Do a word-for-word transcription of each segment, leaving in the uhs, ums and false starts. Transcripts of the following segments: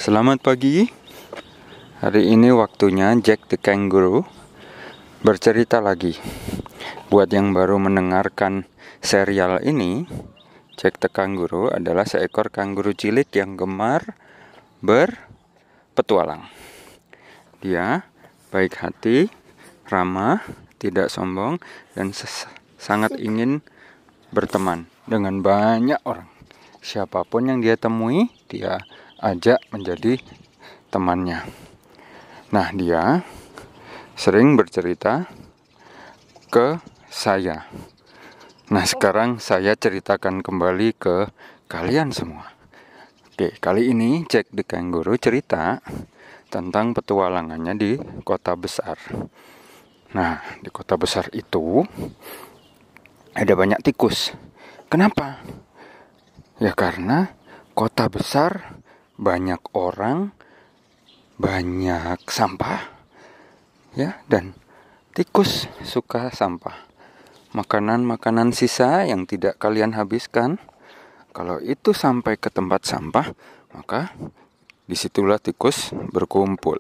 Selamat pagi. Hari ini waktunya Jack the Kangaroo bercerita lagi. Buat yang baru mendengarkan serial ini, Jack the Kangaroo adalah seekor kanguru cilik yang gemar berpetualang. Dia baik hati, ramah, tidak sombong, dan sangat ingin berteman dengan banyak orang. Siapapun yang dia temui, dia ajak menjadi temannya. Nah, dia sering bercerita ke saya. Nah, sekarang saya ceritakan kembali ke kalian semua. Oke, kali ini Jack the Kangaroo cerita tentang petualangannya di kota besar. Nah, di kota besar itu ada banyak tikus. Kenapa? Ya karena kota besar, banyak orang, banyak sampah, ya, dan tikus suka sampah. Makanan-makanan sisa yang tidak kalian habiskan, kalau itu sampai ke tempat sampah, maka disitulah tikus berkumpul.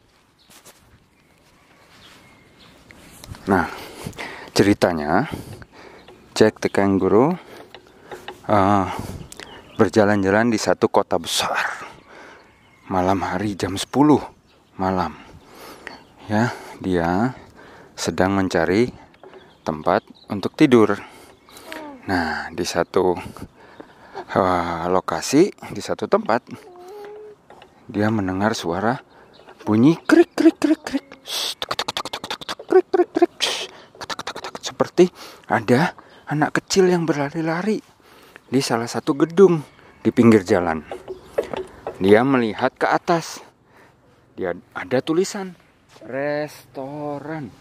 Nah, ceritanya Jack the Kangaroo uh, berjalan-jalan di satu kota besar. Malam hari jam sepuluh malam. Ya, dia sedang mencari tempat untuk tidur. Nah, di satu uh, lokasi, di satu tempat, dia mendengar suara bunyi krik krik krik krik. Krik krik krik. Seperti ada anak kecil yang berlari-lari di salah satu gedung di pinggir jalan. Dia melihat ke atas. Dia ada tulisan restoran.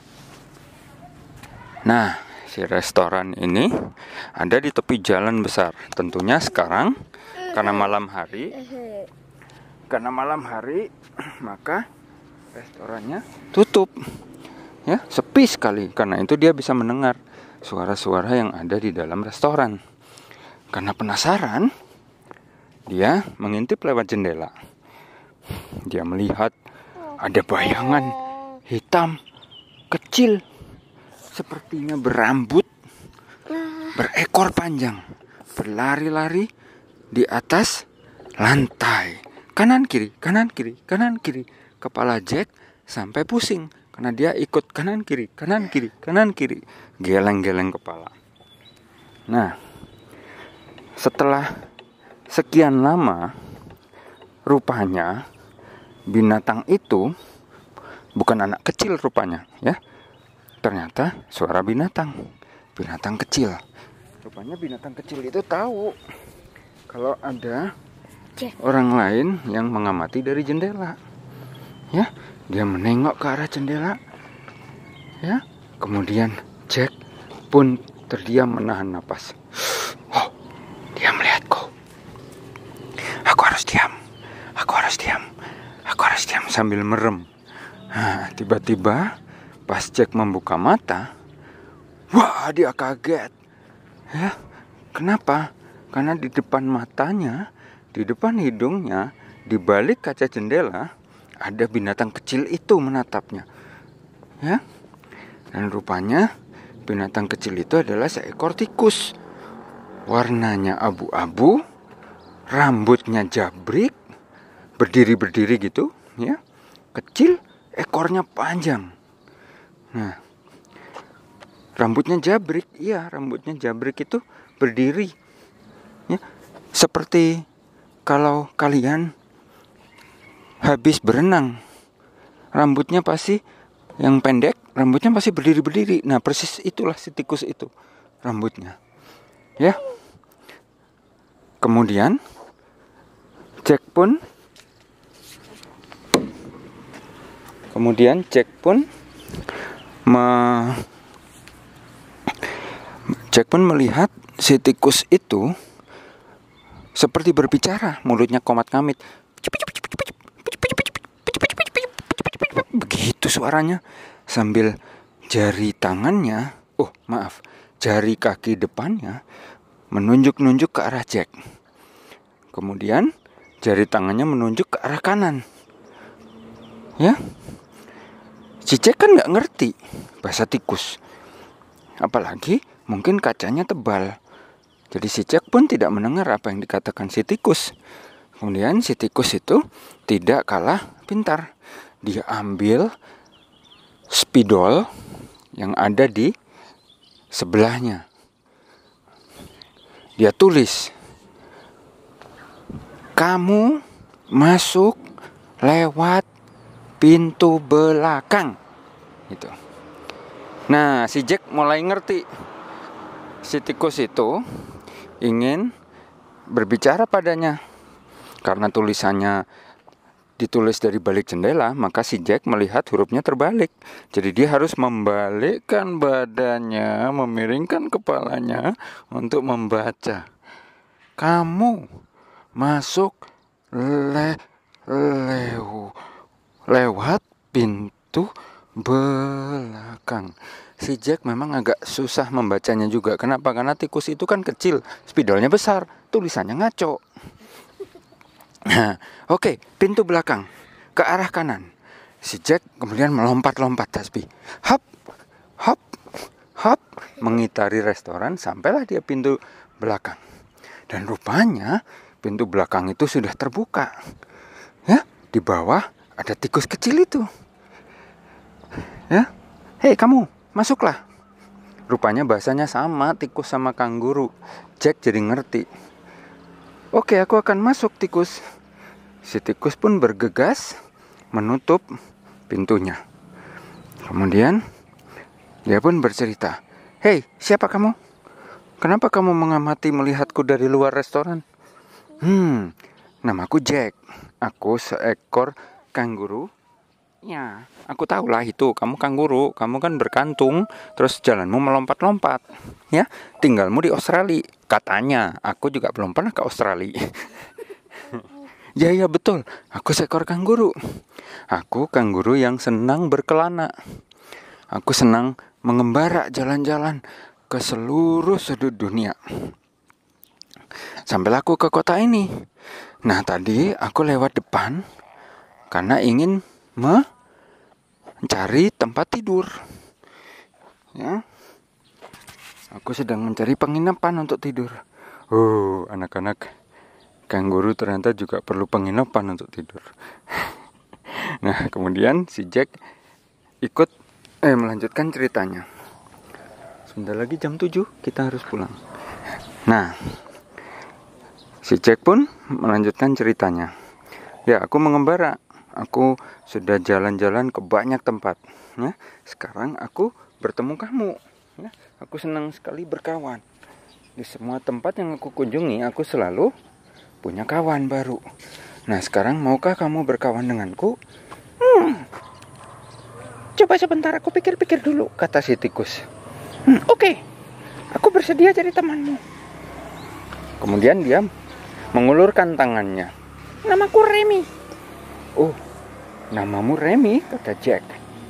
Nah, si restoran ini ada di tepi jalan besar. Tentunya sekarang karena malam hari, karena malam hari maka restorannya tutup. Ya, sepi sekali. Karena itu dia bisa mendengar suara-suara yang ada di dalam restoran. Karena penasaran, dia mengintip lewat jendela. Dia melihat ada bayangan hitam kecil, sepertinya berambut, berekor panjang, berlari-lari di atas lantai. Kanan kiri, kanan kiri, kanan kiri. Kepala Jack sampai pusing karena dia ikut kanan kiri, kanan kiri, kanan kiri, geleng-geleng kepala. Nah, setelah sekian lama, rupanya binatang itu bukan anak kecil rupanya, ya. Ternyata suara binatang, binatang kecil. Rupanya binatang kecil itu tahu kalau ada orang lain yang mengamati dari jendela. Ya, dia menengok ke arah jendela. Ya, kemudian Jack pun terdiam menahan napas. Oh, dia melihatku. Aku harus diam, aku harus diam, aku harus diam sambil merem. Nah, tiba-tiba pas Jack membuka mata, wah, dia kaget. Ya, kenapa? Karena di depan matanya, di depan hidungnya, di balik kaca jendela, ada binatang kecil itu menatapnya. Ya, dan rupanya binatang kecil itu adalah seekor tikus. Warnanya abu-abu, rambutnya jabrik, berdiri-berdiri gitu, ya, kecil, ekornya panjang. Nah, rambutnya jabrik, iya, rambutnya jabrik itu berdiri, ya, seperti kalau kalian habis berenang, rambutnya pasti yang pendek, rambutnya pasti berdiri-berdiri. Nah, persis itulah si tikus itu, rambutnya, ya. Kemudian Jack pun Kemudian Jack pun me, Jack pun melihat si tikus itu seperti berbicara, mulutnya komat-kamit. Begitu suaranya, sambil jari tangannya, oh maaf, jari kaki depannya menunjuk-nunjuk ke arah Jack. Kemudian jari tangannya menunjuk ke arah kanan. Ya, si Jack kan nggak ngerti bahasa tikus, apalagi mungkin kacanya tebal. Jadi si Jack pun tidak mendengar apa yang dikatakan si tikus. Kemudian si tikus itu tidak kalah pintar. Dia ambil spidol yang ada di sebelahnya. Dia tulis, "Kamu masuk lewat pintu belakang." Gitu. Nah, si Jack mulai ngerti. Si tikus itu ingin berbicara padanya. Karena tulisannya ditulis dari balik jendela, maka si Jack melihat hurufnya terbalik. Jadi dia harus membalikkan badannya, memiringkan kepalanya untuk membaca. "Kamu masuk le lew lewat pintu belakang." Si Jack memang agak susah membacanya juga. Kenapa? Karena tikus itu kan kecil, spidolnya besar, tulisannya ngaco. Nah, oke, okay, pintu belakang ke arah kanan. Si Jack kemudian melompat-lompat tasbih. Hop, hop, hop, mengitari restoran sampailah dia pintu belakang. Dan rupanya pintu belakang itu sudah terbuka. Ya, di bawah ada tikus kecil itu. Ya, hei kamu, masuklah. Rupanya bahasanya sama, tikus sama kanguru. Jack jadi ngerti. "Oke, aku akan masuk, tikus." Si tikus pun bergegas menutup pintunya. Kemudian dia pun bercerita, "Hei, siapa kamu? Kenapa kamu mengamati melihatku dari luar restoran?" Hmm, namaku Jack. Aku seekor kanguru. Ya, aku tahulah itu. Kamu kanguru. Kamu kan berkantung. Terus jalanmu melompat-lompat. Ya, tinggalmu di Australia. Katanya. Aku juga belum pernah ke Australia. Ya, ya betul. Aku seekor kanguru. Aku kanguru yang senang berkelana. Aku senang mengembara jalan-jalan ke seluruh sudut dunia. Sampailah aku ke kota ini. Nah, tadi aku lewat depan karena ingin mencari tempat tidur. Ya. Aku sedang mencari penginapan untuk tidur. Oh, anak-anak kanguru ternyata juga perlu penginapan untuk tidur. Nah, kemudian si Jack ikut eh melanjutkan ceritanya. Sebentar lagi jam tujuh, kita harus pulang. Nah, si Jack pun melanjutkan ceritanya. Ya, aku mengembara. Aku sudah jalan-jalan ke banyak tempat. Ya, sekarang aku bertemu kamu. Ya, aku senang sekali berkawan. Di semua tempat yang aku kunjungi, aku selalu punya kawan baru. Nah, sekarang maukah kamu berkawan denganku? Hmm. Coba sebentar, aku pikir-pikir dulu, kata si tikus. Hmm, Oke, okay. Aku bersedia jadi temanmu. Kemudian dia mengulurkan tangannya. Namaku Remy. Oh, namamu Remy, kata Jack.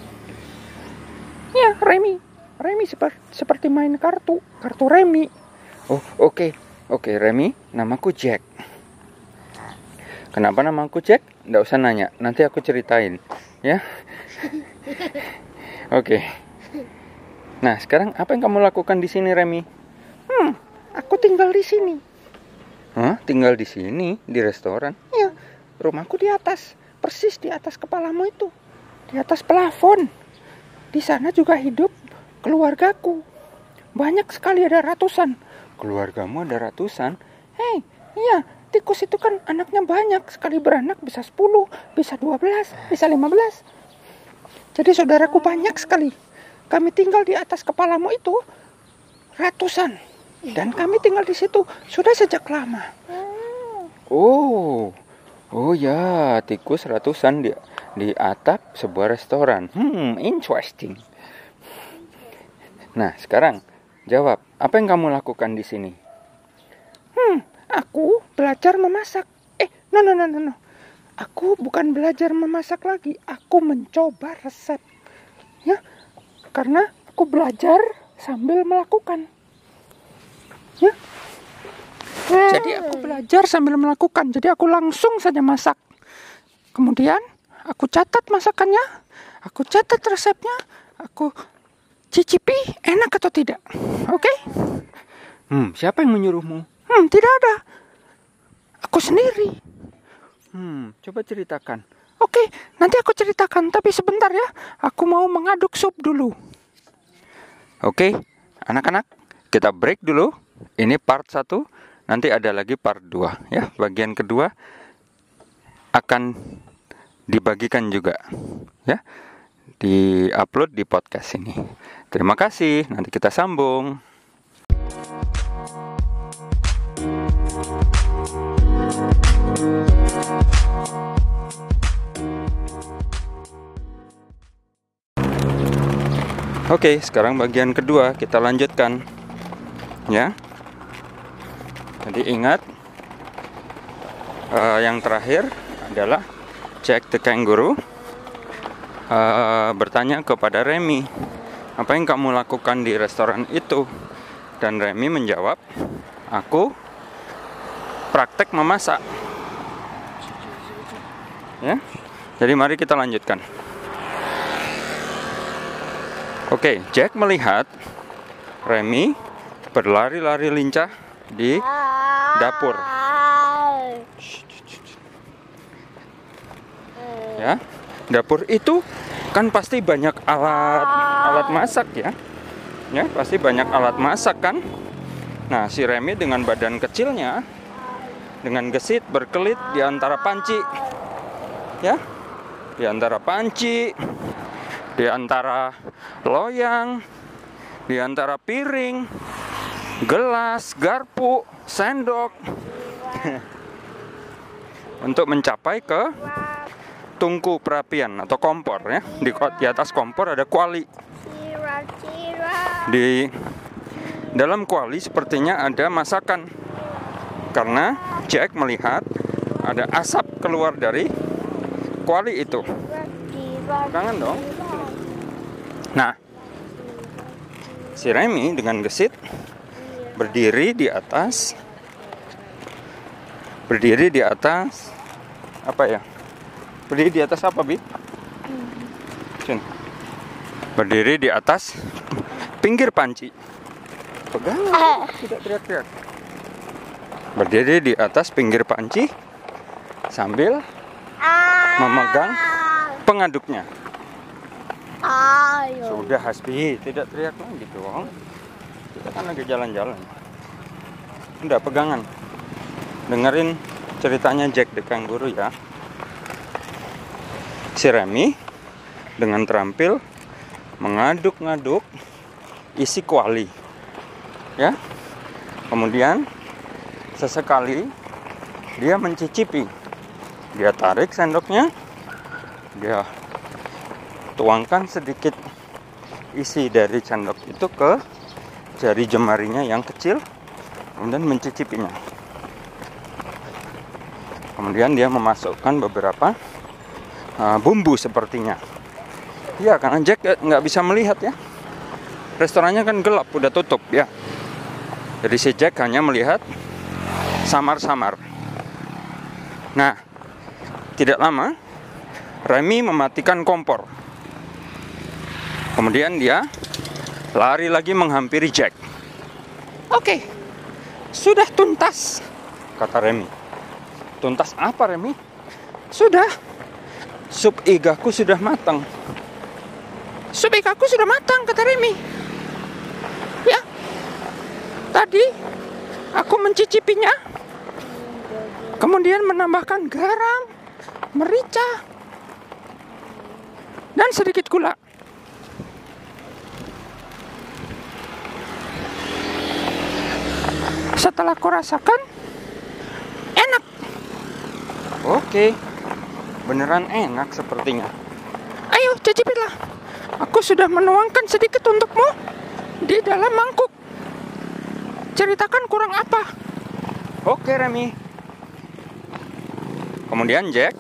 Ya, Remy. Remy seperti, seperti main kartu, kartu Remy. Oh, oke. Okay. Oke, okay, Remy, namaku Jack. Kenapa namaku Jack? Nggak usah nanya, nanti aku ceritain. Ya. Oke. Okay. Nah, sekarang apa yang kamu lakukan di sini, Remy? Hmm, aku tinggal di sini. Hah? Tinggal di sini? Di restoran? Ya, rumahku di atas. Persis di atas kepalamu itu. Di atas plafon. Di sana juga hidup keluargaku. Banyak sekali, ada ratusan. Keluargamu ada ratusan? Hei, iya, tikus itu kan anaknya banyak. Sekali beranak bisa sepuluh, bisa dua belas, bisa lima belas. Jadi saudaraku banyak sekali. Kami tinggal di atas kepalamu itu ratusan. Dan kami tinggal di situ sudah sejak lama. Oh, oh ya, tikus ratusan di, di atap sebuah restoran. Hmm, interesting. Nah, sekarang jawab, apa yang kamu lakukan di sini? Hmm, aku belajar memasak. Eh, no, no, no, no, no. Aku bukan belajar memasak lagi. Aku mencoba resep. Ya, karena aku belajar sambil melakukan. Ya. Jadi aku belajar sambil melakukan. Jadi aku langsung saja masak. Kemudian aku catat masakannya, aku catat resepnya, aku cicipi enak atau tidak. Oke? Okay? Hmm, siapa yang menyuruhmu? Hmm, tidak ada. Aku sendiri. Hmm, coba ceritakan. Oke, okay, nanti aku ceritakan, tapi sebentar ya. Aku mau mengaduk sup dulu. Oke, okay, anak-anak, kita break dulu. Ini part satu. Nanti ada lagi part dua ya. Bagian kedua akan dibagikan juga ya. Di-upload di podcast ini. Terima kasih. Nanti kita sambung. Oke, sekarang bagian kedua kita lanjutkan ya. Jadi ingat, uh, yang terakhir adalah Jack the Kangaroo uh, bertanya kepada Remy, apa yang kamu lakukan di restoran itu? Dan Remy menjawab, aku praktek memasak. Ya, jadi mari kita lanjutkan. Oke, Jack melihat Remy berlari-lari lincah di dapur. Ya, dapur itu kan pasti banyak alat alat masak ya. Ya, pasti banyak alat masak kan. Nah, si Remy dengan badan kecilnya, dengan gesit berkelit di antara panci. Ya, di antara panci, di antara loyang, di antara piring, gelas, garpu, sendok untuk mencapai ke tungku perapian atau kompor ya. Di, di atas kompor ada kuali. Di dalam kuali sepertinya ada masakan. Karena Jack melihat ada asap keluar dari kuali itu. Jangan dong. Nah, si Remy dengan gesit berdiri di atas berdiri di atas apa ya? Berdiri di atas apa, Bi? Cun. Berdiri di atas pinggir panci. Pegangan, tidak teriak-teriak. Berdiri di atas pinggir panci sambil memegang pengaduknya. Sudah, Hasbi, tidak teriak lagi dong. Kita kan lagi jalan-jalan. Udah, pegangan. Dengerin ceritanya Jack the Kangaroo ya. Si Remy dengan terampil mengaduk-ngaduk isi kuali. Ya. Kemudian sesekali dia mencicipi. Dia tarik sendoknya. Dia tuangkan sedikit isi dari sendok itu ke jari jemarinya yang kecil, kemudian mencicipinya. Kemudian dia memasukkan beberapa uh, bumbu sepertinya. Ya, karena Jack nggak bisa melihat ya. Restorannya kan gelap, udah tutup ya. Jadi si Jack hanya melihat samar-samar. Nah, tidak lama Remy mematikan kompor. Kemudian dia lari lagi menghampiri Jack. Oke, sudah tuntas, kata Remy. Tuntas apa, Remy? Sudah, sup igaku sudah matang. Sup igaku sudah matang, kata Remy. Ya, tadi aku mencicipinya, kemudian menambahkan garam, merica, dan sedikit gula. Setelah aku rasakan, enak. Oke, beneran enak sepertinya. Ayo, cicipilah. Aku sudah menuangkan sedikit untukmu di dalam mangkuk. Ceritakan kurang apa? Oke, Remy. Kemudian Jack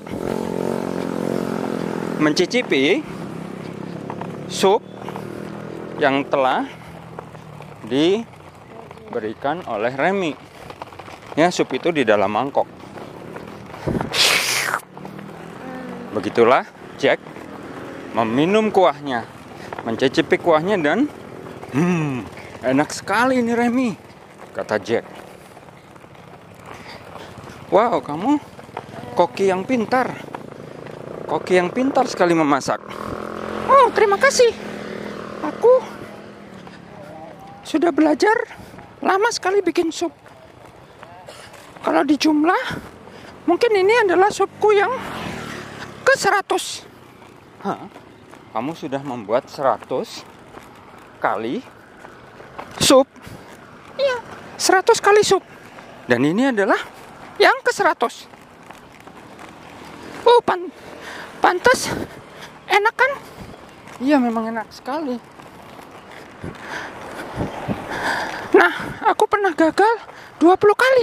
mencicipi sup yang telah diberikan oleh Remy. Ya, sup itu di dalam mangkok. Begitulah Jack meminum kuahnya, mencicipi kuahnya dan hmm, enak sekali ini Remy, kata Jack. Wow, kamu koki yang pintar. Koki yang pintar sekali memasak. Oh, terima kasih. Aku sudah belajar lama sekali bikin sup. Kalau di jumlah, mungkin ini adalah supku yang ke seratus. Hah? Kamu sudah membuat seratus kali sup? Iya, seratus kali sup. Dan ini adalah yang ke seratus. Oh, pan pantas enak kan? Iya, memang enak sekali. Nah, aku pernah gagal dua puluh kali.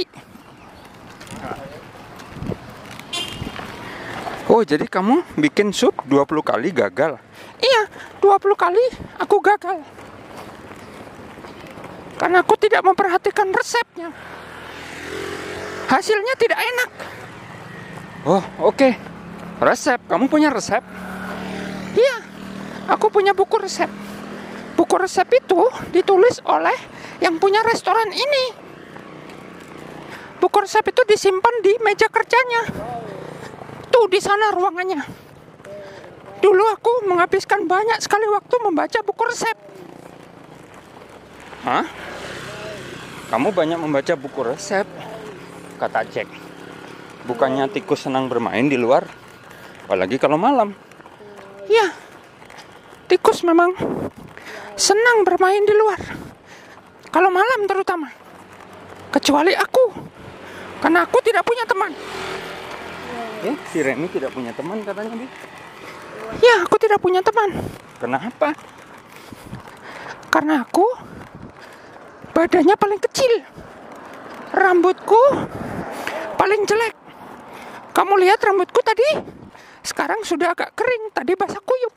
Oh, jadi kamu bikin sup dua puluh kali gagal? Iya, dua puluh kali aku gagal. Karena aku tidak memperhatikan resepnya. Hasilnya tidak enak. Oh, oke. Okay. Resep, kamu punya resep? Iya, aku punya buku resep. Buku resep itu ditulis oleh yang punya restoran ini. Buku resep itu disimpan di meja kerjanya. Tuh, di sana ruangannya. Dulu aku menghabiskan banyak sekali waktu membaca buku resep. Hah? Kamu banyak membaca buku resep? Kata Jack. Bukannya tikus senang bermain di luar? Apalagi kalau malam. Ya, tikus memang senang bermain di luar. Kalau malam terutama. Kecuali aku. Karena aku tidak punya teman. Eh, si Remy tidak punya teman katanya, Bi. Ya, aku tidak punya teman. Kenapa? Karena aku badannya paling kecil. Rambutku paling jelek. Kamu lihat rambutku tadi? Sekarang sudah agak kering. Tadi basah kuyup.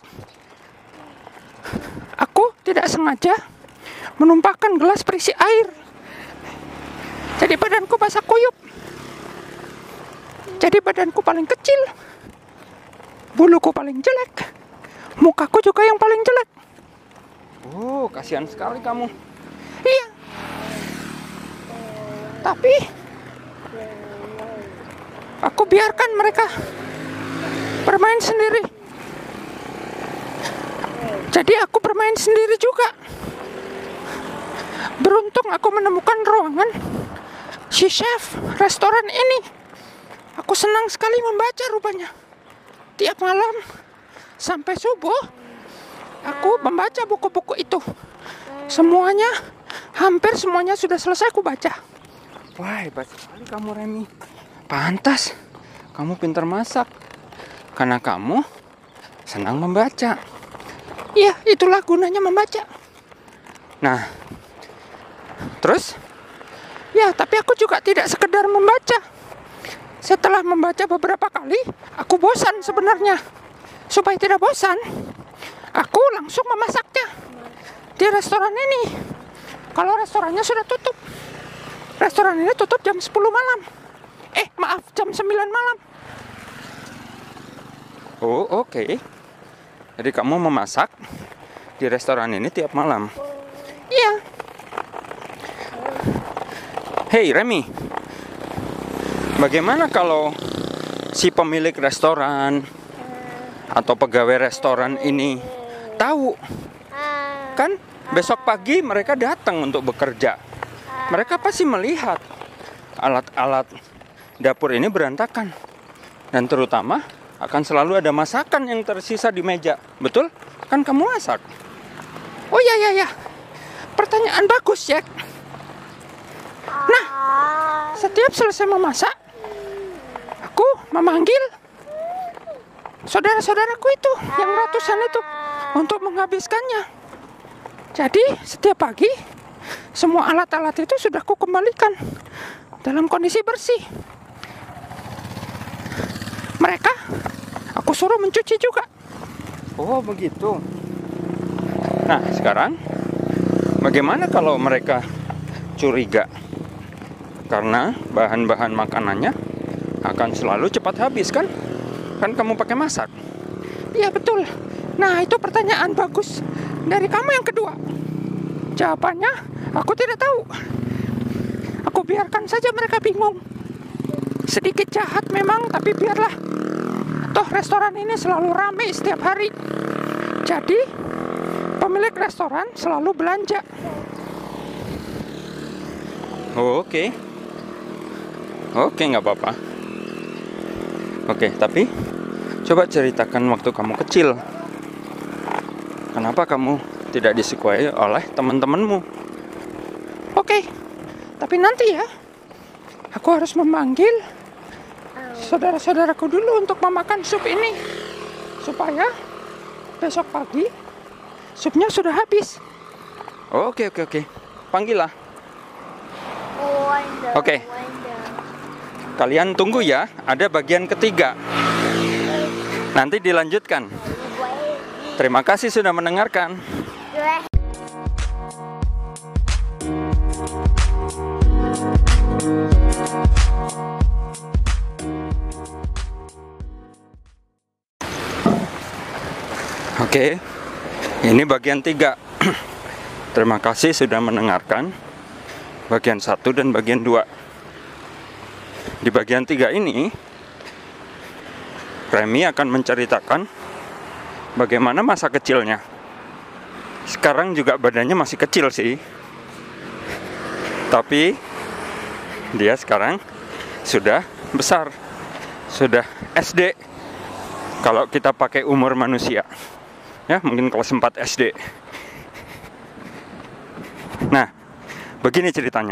Aku tidak sengaja menumpahkan gelas berisi air. Jadi badanku basah kuyup. Jadi badanku paling kecil. Buluku paling jelek. Mukaku juga yang paling jelek. Oh, kasihan sekali kamu. Iya. Tapi aku biarkan mereka bermain sendiri. Jadi aku bermain sendiri juga. Beruntung aku menemukan ruangan si chef restoran ini. Aku senang sekali membaca rupanya. Tiap malam sampai subuh aku membaca buku-buku itu. Semuanya, hampir semuanya sudah selesai aku baca. Wah, hebat sekali kamu, Remy. Pantas kamu pintar masak. Karena kamu senang membaca. Iya, itulah gunanya membaca. Nah, terus? Ya, tapi aku juga tidak sekedar membaca. Setelah membaca beberapa kali, aku bosan sebenarnya. Supaya tidak bosan, aku langsung memasaknya di restoran ini. Kalau restorannya sudah tutup. Restoran ini tutup jam sepuluh malam. Eh, maaf, jam sembilan malam. Oh, oke. Okay. Jadi kamu memasak di restoran ini tiap malam? Iya. Hey, Remy. Bagaimana kalau si pemilik restoran atau pegawai restoran ini tahu? Kan besok pagi mereka datang untuk bekerja. Mereka pasti melihat alat-alat dapur ini berantakan. Dan terutama akan selalu ada masakan yang tersisa di meja. Betul? Kan kamu masak. Oh ya ya ya. Pertanyaan bagus, Jack. Nah, setiap selesai memasak, aku memanggil saudara-saudaraku itu yang ratusan itu untuk menghabiskannya. Jadi setiap pagi semua alat-alat itu sudah aku kembalikan dalam kondisi bersih. Mereka aku suruh mencuci juga. Oh, begitu. Nah, sekarang bagaimana kalau mereka curiga? Karena bahan-bahan makanannya akan selalu cepat habis kan? Kan kamu pakai masak. Iya betul. Nah itu pertanyaan bagus dari kamu yang kedua. Jawabannya aku tidak tahu. Aku biarkan saja mereka bingung. Sedikit jahat memang, tapi biarlah. Toh restoran ini selalu ramai setiap hari. Jadi pemilik restoran selalu belanja. Oh, oke. Okay. Oke, okay, nggak apa-apa. Oke, okay, tapi coba ceritakan waktu kamu kecil. Kenapa kamu tidak disukai oleh teman-temanmu? Oke, okay, tapi nanti ya. Aku harus memanggil saudara-saudaraku dulu untuk memakan sup ini. Supaya besok pagi supnya sudah habis. Oke, oke, oke. Panggillah. Oke. Kalian tunggu ya, ada bagian ketiga. Nanti dilanjutkan. Terima kasih sudah mendengarkan. Oke, ini bagian tiga. Terima kasih sudah mendengarkan bagian satu dan bagian dua. Di bagian tiga ini, Remy akan menceritakan bagaimana masa kecilnya. Sekarang juga badannya masih kecil sih, tapi dia sekarang sudah besar, sudah S D. Kalau kita pakai umur manusia, ya mungkin kelas empat S D. Nah, begini ceritanya.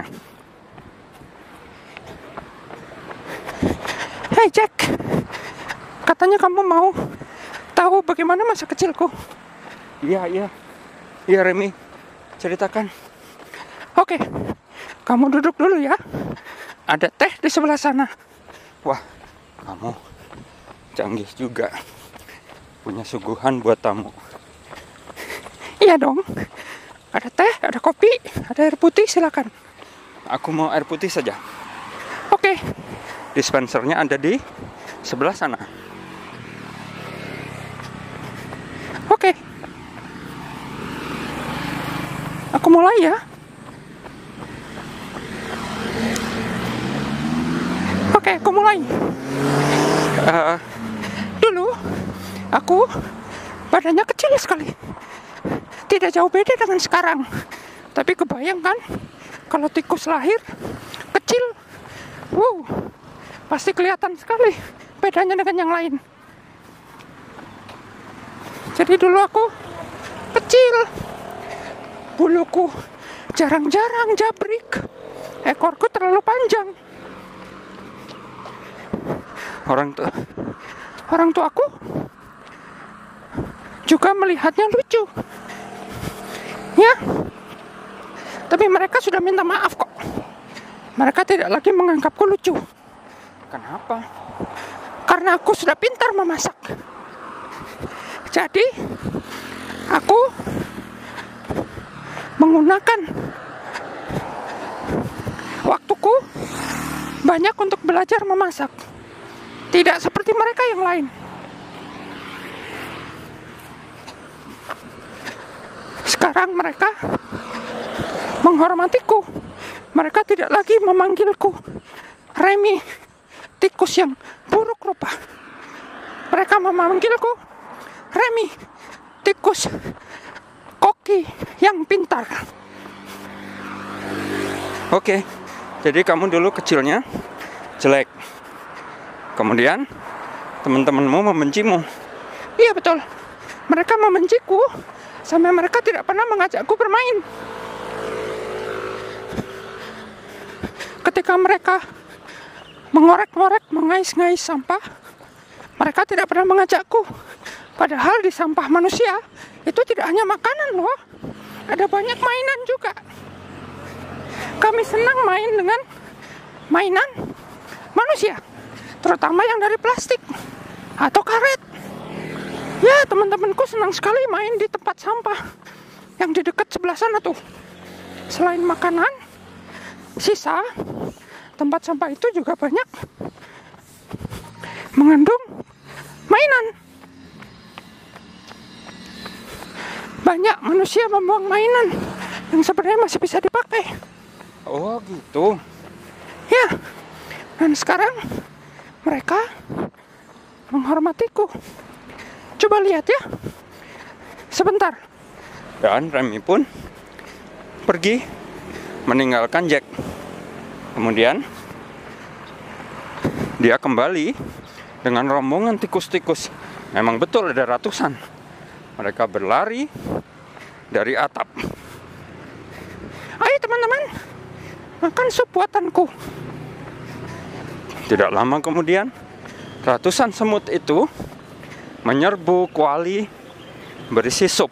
Hey Jack, katanya kamu mau tahu bagaimana masa kecilku. Iya, iya. Iya Remy, ceritakan. Oke, kamu duduk dulu ya. Ada teh di sebelah sana. Wah, kamu canggih juga. Punya suguhan buat tamu. Iya dong. Ada teh, ada kopi, ada air putih, silakan. Aku mau air putih saja. Oke. Dispensernya ada di sebelah sana. Oke. Aku mulai ya. Oke, aku mulai. Uh, Dulu, aku badannya kecil sekali. Tidak jauh beda dengan sekarang. Tapi kebayang kan, kalau tikus lahir kecil, wow, pasti kelihatan sekali bedanya dengan yang lain. Jadi dulu aku kecil, buluku jarang-jarang jabrik, ekorku terlalu panjang. orang tua, Orang tuaku juga melihatnya lucu. Ya, tapi mereka sudah minta maaf kok. Mereka tidak lagi menganggapku lucu. kenapa? Karena aku sudah pintar memasak. Jadi, aku menggunakan waktuku banyak untuk belajar memasak. Tidak seperti mereka yang lain. Sekarang mereka menghormatiku. Mereka tidak lagi memanggilku Remy, tikus yang buruk rupa. Mereka memanggilku Remy, tikus koki yang pintar. Oke, jadi kamu dulu kecilnya jelek. Kemudian teman-temanmu membencimu. Iya betul. Mereka membenciku sampai mereka tidak pernah mengajakku bermain. Ketika mereka mengorek-ngorek, mengais-ngais sampah, mereka tidak pernah mengajakku. Padahal di sampah manusia itu tidak hanya makanan loh, ada banyak mainan juga. Kami senang main dengan mainan manusia, terutama yang dari plastik atau karet. Ya, teman-temanku senang sekali main di tempat sampah yang di dekat sebelah sana tuh. Selain makanan, sisa tempat sampah itu juga banyak mengandung mainan. Banyak manusia membuang mainan yang sebenarnya masih bisa dipakai. Oh gitu. Ya, dan sekarang mereka menghormatiku. Coba lihat ya, sebentar. Dan Remy pun pergi meninggalkan Jack. Kemudian dia kembali dengan rombongan tikus-tikus. Memang betul ada ratusan. Mereka berlari dari atap. Ayo teman-teman, makan sup buatanku. Tidak lama kemudian, ratusan semut itu menyerbu kuali berisi sup.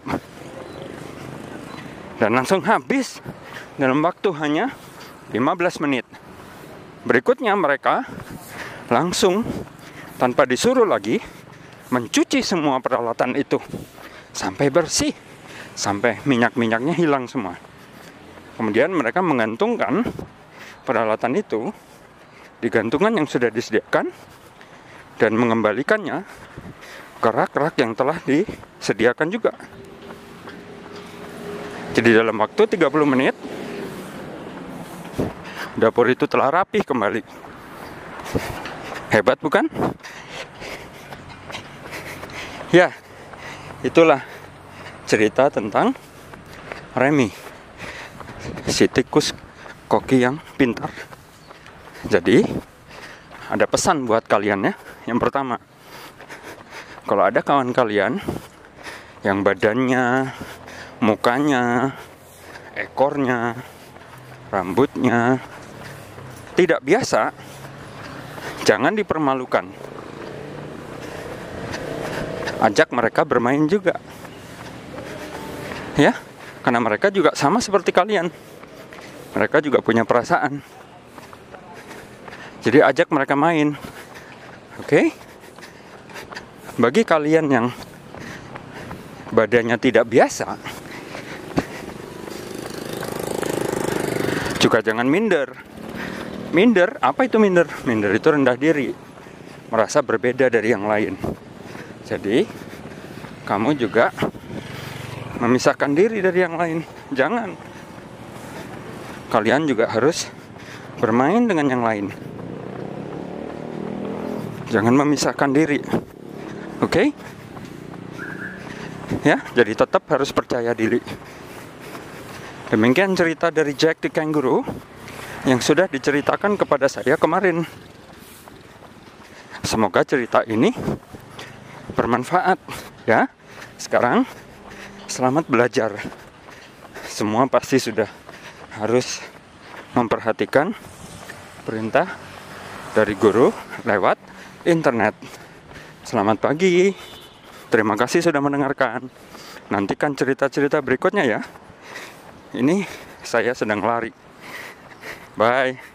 Dan langsung habis dalam waktu hanya lima belas menit. Berikutnya mereka langsung tanpa disuruh lagi mencuci semua peralatan itu sampai bersih, sampai minyak-minyaknya hilang semua. Kemudian mereka menggantungkan peralatan itu di gantungan yang sudah disediakan dan mengembalikannya ke rak-rak yang telah disediakan juga. Jadi dalam waktu tiga puluh menit dapur itu telah rapih kembali. Hebat bukan? Ya, itulah cerita tentang Remy, si tikus koki yang pintar. Jadi ada pesan buat kalian ya. Yang pertama, kalau ada kawan kalian yang badannya, mukanya, ekornya, rambutnya tidak biasa, jangan dipermalukan. Ajak mereka bermain juga. Ya, karena mereka juga sama seperti kalian. Mereka juga punya perasaan. Jadi ajak mereka main. Oke? Okay? Bagi kalian yang badannya tidak biasa, juga jangan minder. Minder, apa itu minder? Minder itu rendah diri, merasa berbeda dari yang lain. Jadi, kamu juga memisahkan diri dari yang lain. Jangan. Kalian juga harus bermain dengan yang lain. Jangan memisahkan diri. Oke? Okay? Ya, jadi tetap harus percaya diri. Demikian cerita dari Jack the Kangaroo yang sudah diceritakan kepada saya kemarin. Semoga cerita ini bermanfaat ya. Sekarang selamat belajar. Semua pasti sudah harus memperhatikan perintah dari guru lewat internet. Selamat pagi. Terima kasih sudah mendengarkan. Nantikan cerita-cerita berikutnya ya. Ini saya sedang lari. Bye.